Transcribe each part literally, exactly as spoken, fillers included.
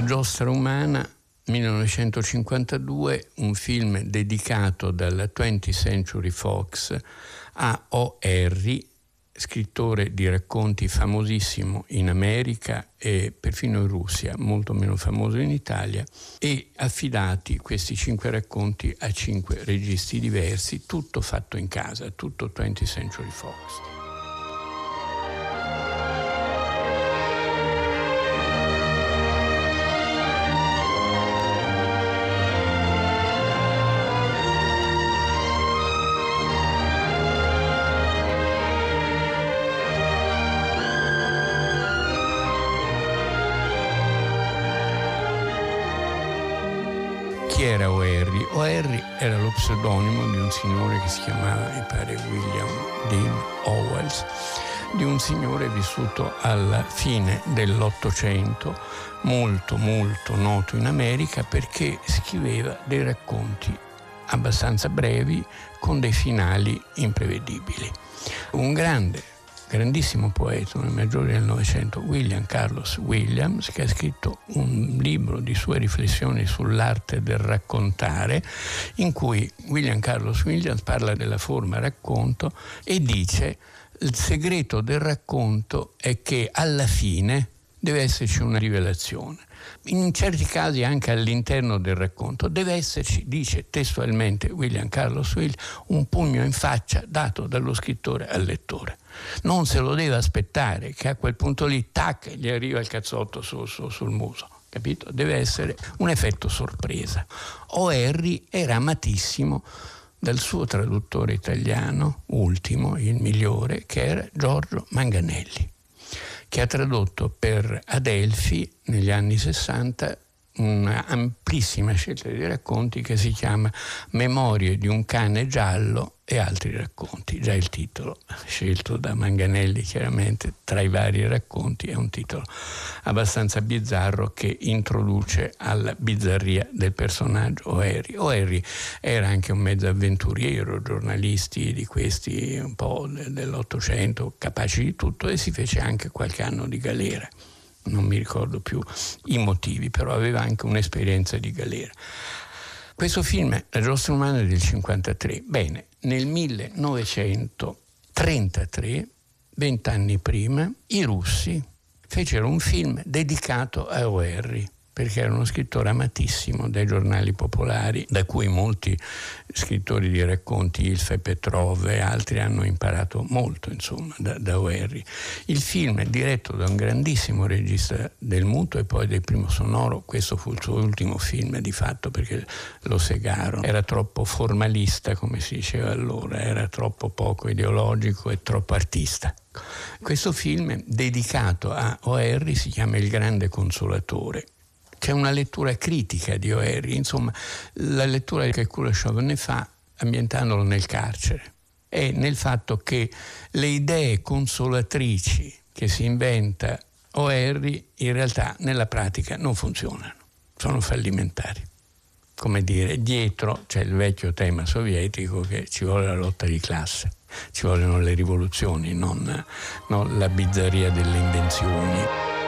La giostra umana, millenovecentocinquantadue, un film dedicato dalla twentieth Century Fox a O. Henry, scrittore di racconti famosissimo in America e perfino in Russia, molto meno famoso in Italia, e affidati questi cinque racconti a cinque registi diversi, tutto fatto in casa, tutto twentieth Century Fox. Chi era O. Henry? O. Henry era lo pseudonimo di un signore che si chiamava, mi pare, William Dean Howells, di un signore vissuto alla fine dell'Ottocento, molto molto noto in America perché scriveva dei racconti abbastanza brevi con dei finali imprevedibili. Un grande grandissimo poeta, uno dei maggiori del Novecento, William Carlos Williams, che ha scritto un libro di sue riflessioni sull'arte del raccontare, in cui William Carlos Williams parla della forma racconto e dice: il segreto del racconto è che alla fine deve esserci una rivelazione. In certi casi anche all'interno del racconto deve esserci, dice testualmente William Carlos Williams, un pugno in faccia dato dallo scrittore al lettore. Non se lo deve aspettare che a quel punto lì, tac, gli arriva il cazzotto su, su, sul muso, capito? Deve essere un effetto sorpresa. O. Henry era amatissimo dal suo traduttore italiano, ultimo, il migliore, che era Giorgio Manganelli, che ha tradotto per Adelphi negli anni sessanta una amplissima scelta di racconti che si chiama Memorie di un cane giallo e altri racconti. Già il titolo, scelto da Manganelli chiaramente tra i vari racconti, è un titolo abbastanza bizzarro che introduce alla bizzarria del personaggio O. Henry. O. Henry era anche un mezzo avventuriero, giornalisti di questi un po' dell'Ottocento, capaci di tutto, e si fece anche qualche anno di galera. Non mi ricordo più i motivi, però aveva anche un'esperienza di galera. Questo film, La giostra umana, è del cinquantatré. Bene, nel millenovecentotrentatré, vent'anni prima, i russi fecero un film dedicato a O. Henry, perché era uno scrittore amatissimo dai giornali popolari, da cui molti scrittori di racconti, Ilf e Petrov e altri, hanno imparato molto, insomma, da, da O. Henry. Il film è diretto da un grandissimo regista del muto e poi del primo sonoro. Questo fu il suo ultimo film di fatto, perché lo segarono. Era troppo formalista, come si diceva allora, era troppo poco ideologico e troppo artista. Questo film, dedicato a O. Henry, si chiama Il grande consolatore. C'è una lettura critica di O. Henry, insomma, la lettura che Kuleshov ne fa ambientandolo nel carcere, è nel fatto che le idee consolatrici che si inventa O. Henry in realtà nella pratica non funzionano, sono fallimentari. Come dire, dietro c'è il vecchio tema sovietico che ci vuole la lotta di classe, ci vogliono le rivoluzioni, non, non la bizzarria delle invenzioni.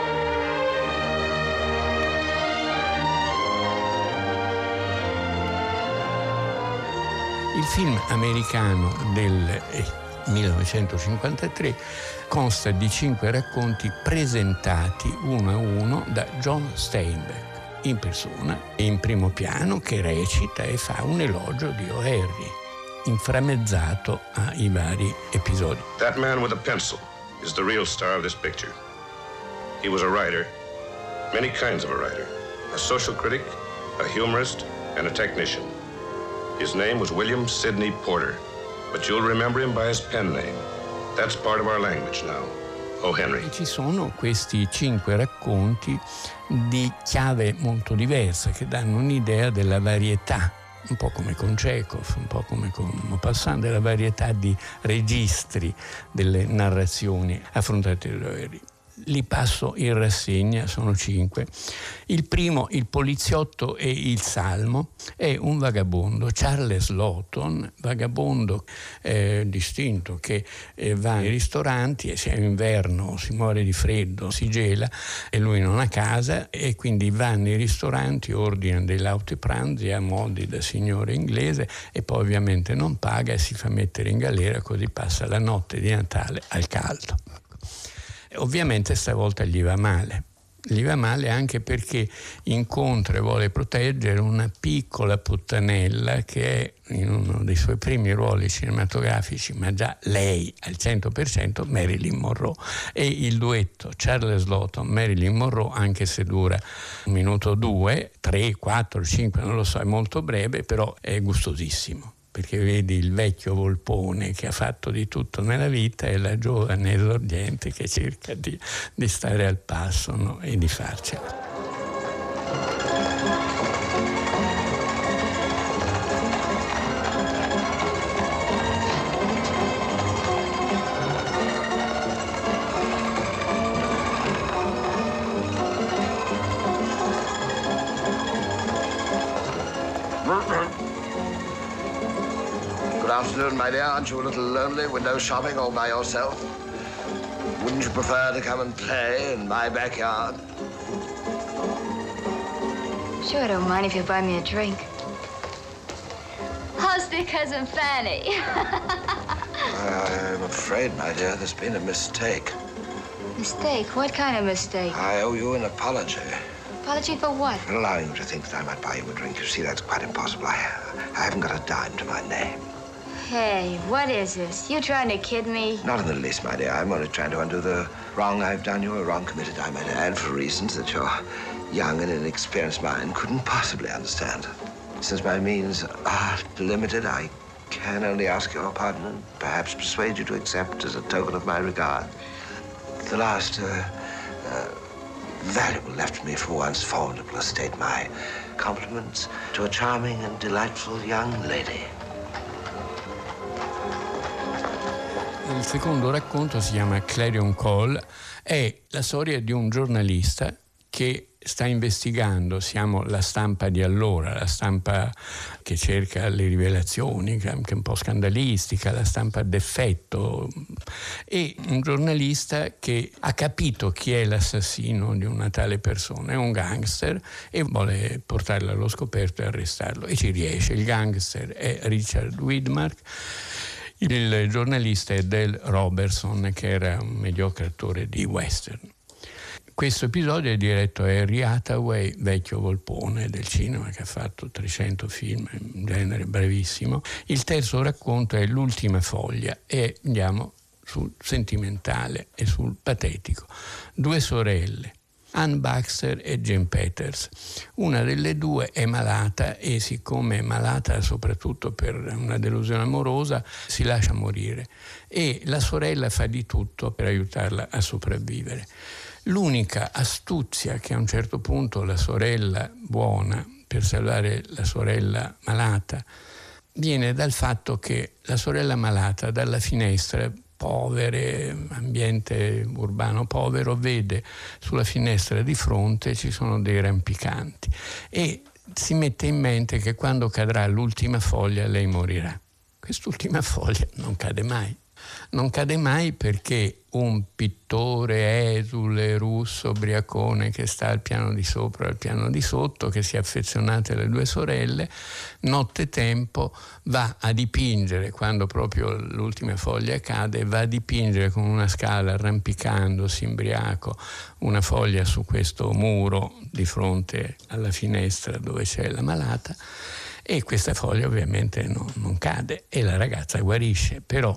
Il film americano del millenovecentocinquantatré consta di cinque racconti presentati uno a uno da John Steinbeck in persona e in primo piano, che recita e fa un elogio di O. Henry, inframmezzato ai vari episodi. That man with a pencil is the real star of this picture. He was a writer, many kinds of a writer, a social critic, a humorist, and a technician. His name was William Sidney Porter, but you'll remember him by his pen name. That's part of our language now, O. Henry. E ci sono questi cinque racconti di chiave molto diversa che danno un'idea della varietà, un po' come con Chekhov, un po' come con Maupassant, della varietà di registri delle narrazioni affrontate da O. Henry. li passo in rassegna, sono cinque. Il primo, Il poliziotto e il salmo, è un vagabondo, Charles Lawton, vagabondo eh, distinto che eh, va nei ristoranti e se è inverno si muore di freddo, si gela e lui non ha casa e quindi va nei ristoranti, ordina dei lauti pranzi a modi da signore inglese e poi ovviamente non paga e si fa mettere in galera, così passa la notte di Natale al caldo. Ovviamente stavolta gli va male. Gli va male anche perché incontra e vuole proteggere una piccola puttanella che è in uno dei suoi primi ruoli cinematografici, ma già lei al cento per cento, Marilyn Monroe. E il duetto Charles Lawton, Marilyn Monroe, anche se dura un minuto o due, tre, quattro, cinque, non lo so, è molto breve, però è gustosissimo. Perché vedi il vecchio volpone che ha fatto di tutto nella vita e la giovane esordiente che cerca di, di stare al passo, no? E di farcela. Good afternoon, my dear. Aren't you a little lonely, window shopping all by yourself? Wouldn't you prefer to come and play in my backyard? Sure, I don't mind if you buy me a drink. How's dear Cousin Fanny? I'm afraid, my dear, there's been a mistake. Mistake? What kind of mistake? I owe you an apology. Apology for what? For allowing you to think that I might buy you a drink. You see, that's quite impossible. I, I haven't got a dime to my name. Hey, what is this? You trying to kid me? Not in the least, my dear. I'm only trying to undo the wrong I've done you, a wrong committed, I might add, for reasons that your young and inexperienced mind couldn't possibly understand. Since my means are limited, I can only ask your pardon and perhaps persuade you to accept as a token of my regard the last uh, uh, valuable left me from one's formidable estate, my compliments to a charming and delightful young lady. Il secondo racconto si chiama Clarion Call, è la storia di un giornalista che sta investigando, siamo la stampa di allora, la stampa che cerca le rivelazioni, che è anche un po' scandalistica, la stampa d'effetto, e un giornalista che ha capito chi è l'assassino di una tale persona, è un gangster e vuole portarlo allo scoperto e arrestarlo, e ci riesce. Il gangster è Richard Widmark. Il giornalista è Del Robertson, che era un mediocre attore di western. Questo episodio è diretto a Henry Hathaway, vecchio volpone del cinema che ha fatto trecento film, in genere bravissimo. Il terzo racconto è L'ultima foglia e andiamo sul sentimentale e sul patetico. Due sorelle, Ann Baxter e Jane Peters. Una delle due è malata e siccome è malata soprattutto per una delusione amorosa si lascia morire e la sorella fa di tutto per aiutarla a sopravvivere. L'unica astuzia che a un certo punto la sorella buona per salvare la sorella malata viene dal fatto che la sorella malata dalla finestra, povere, ambiente urbano povero, vede sulla finestra di fronte ci sono dei rampicanti e si mette in mente che quando cadrà l'ultima foglia lei morirà. Quest'ultima foglia non cade mai. Non cade mai perché un pittore esule, russo, ubriacone che sta al piano di sopra e al piano di sotto, che si è affezionato alle due sorelle, nottetempo va a dipingere, quando proprio l'ultima foglia cade, va a dipingere con una scala, arrampicandosi, imbriaco, una foglia su questo muro di fronte alla finestra dove c'è la malata e questa foglia ovviamente no, non cade e la ragazza guarisce, però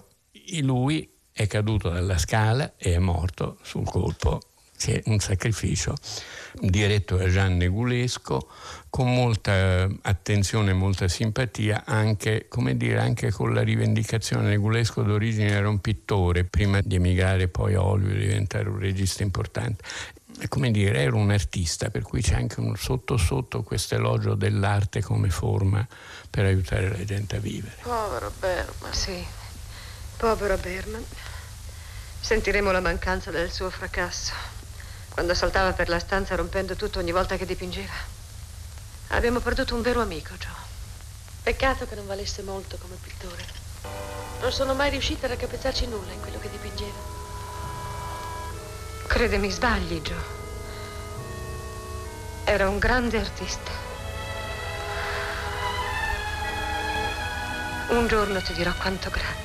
lui è caduto dalla scala e è morto sul colpo. C'è un sacrificio diretto da Jean Negulesco con molta attenzione e molta simpatia, anche, come dire, anche con la rivendicazione. Negulesco d'origine era un pittore prima di emigrare poi a Hollywood e diventare un regista importante. E come dire, era un artista, per cui c'è anche un sotto sotto questo elogio dell'arte come forma per aiutare la gente a vivere. Povero Berman. Sì. Povero Berman. Sentiremo la mancanza del suo fracasso, quando saltava per la stanza rompendo tutto ogni volta che dipingeva. Abbiamo perduto un vero amico, Joe. Peccato che non valesse molto come pittore. Non sono mai riuscita a raccapezzarci nulla in quello che dipingeva. Credemi, sbagli, Joe. Era un grande artista. Un giorno ti dirò quanto grande.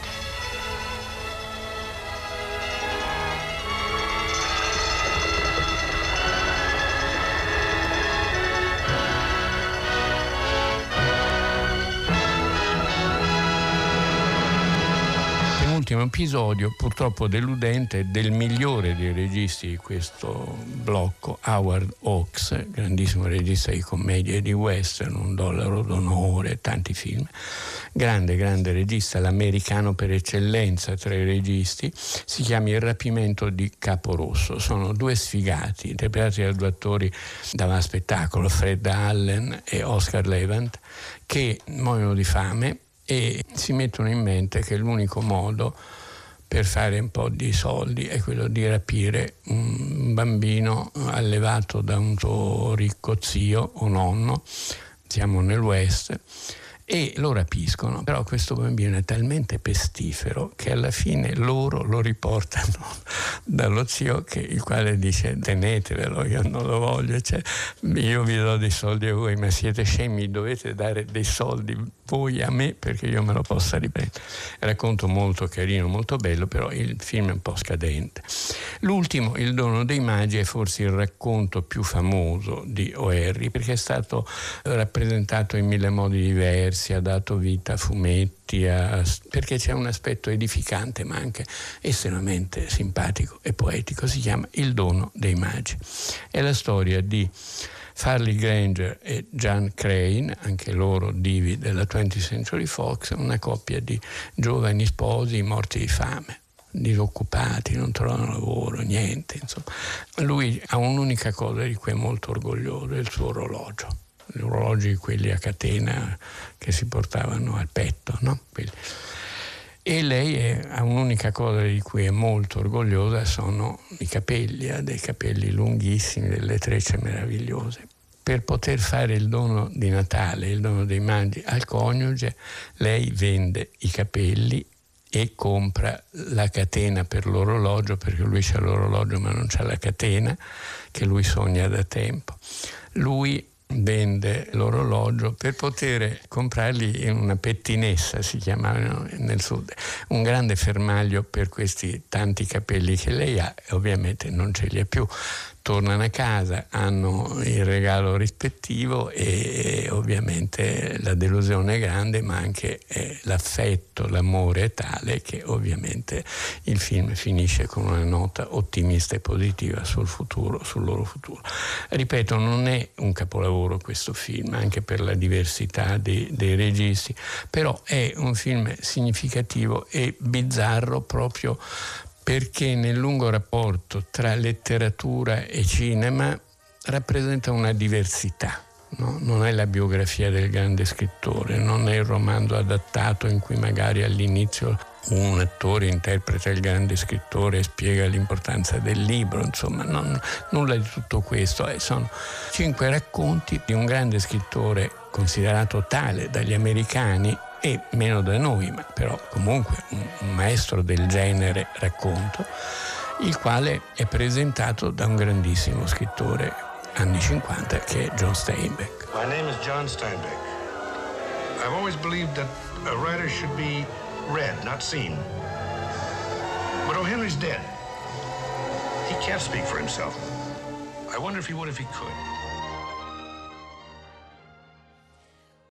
L'ultimo episodio, purtroppo deludente, del migliore dei registi di questo blocco, Howard Hawks, grandissimo regista di commedie e di western, Un dollaro d'onore, tanti film. Grande, grande regista, l'americano per eccellenza tra i registi. Si chiama Il rapimento di Caporosso. Sono due sfigati, interpretati da due attori da spettacolo, Fred Allen e Oscar Levant, che muoiono di fame e si mettono in mente che l'unico modo per fare un po' di soldi è quello di rapire un bambino allevato da un suo ricco zio o nonno, siamo nel West, e lo rapiscono. Però questo bambino è talmente pestifero che alla fine loro lo riportano dallo zio, che, il quale dice: tenetevelo, io non lo voglio, cioè, io vi do dei soldi a voi, ma siete scemi, dovete dare dei soldi voi a me perché io me lo possa riprendere. Racconto molto carino, molto bello, però il film è un po' scadente. L'ultimo, Il dono dei magi, è forse il racconto più famoso di O. Henry, perché è stato rappresentato in mille modi diversi, ha dato vita a fumetti, a... perché c'è un aspetto edificante ma anche estremamente simpatico e poetico. Si chiama Il dono dei magi. È la storia di Farley Granger e John Crane, anche loro divi della twentieth Century Fox, una coppia di giovani sposi morti di fame, disoccupati, non trovano lavoro, niente, insomma. Lui ha un'unica cosa di cui è molto orgoglioso, è il suo orologio. Gli orologi, quelli a catena che si portavano al petto, no? Quelli. E lei è, ha un'unica cosa di cui è molto orgogliosa, sono i capelli, ha dei capelli lunghissimi, delle trecce meravigliose. Per poter fare il dono di Natale, il dono dei magi al coniuge, lei vende i capelli e compra la catena per l'orologio, perché lui c'ha l'orologio ma non c'ha la catena, che lui sogna da tempo. Lui vende l'orologio per poter comprargli in una pettinessa, si chiamava nel sud, un grande fermaglio per questi tanti capelli che lei ha, e ovviamente non ce li ha più. Tornano a casa, hanno il regalo rispettivo e, e ovviamente la delusione è grande, ma anche eh, l'affetto, l'amore è tale che ovviamente il film finisce con una nota ottimista e positiva sul futuro, sul loro futuro. Ripeto, non è un capolavoro questo film, anche per la diversità dei, dei registi, però è un film significativo e bizzarro proprio perché nel lungo rapporto tra letteratura e cinema rappresenta una diversità. No? Non è la biografia del grande scrittore, non è il romanzo adattato in cui magari all'inizio un attore interpreta il grande scrittore e spiega l'importanza del libro, insomma, non, nulla di tutto questo. Eh, sono cinque racconti di un grande scrittore considerato tale dagli americani e meno da noi, ma però comunque un, un maestro del genere racconto, il quale è presentato da un grandissimo scrittore anni cinquanta che è John Steinbeck. My name is John Steinbeck. I've always believed that a writer should be read, not seen. But O. Henry's dead. He can't speak for himself. I wonder if he would if he could.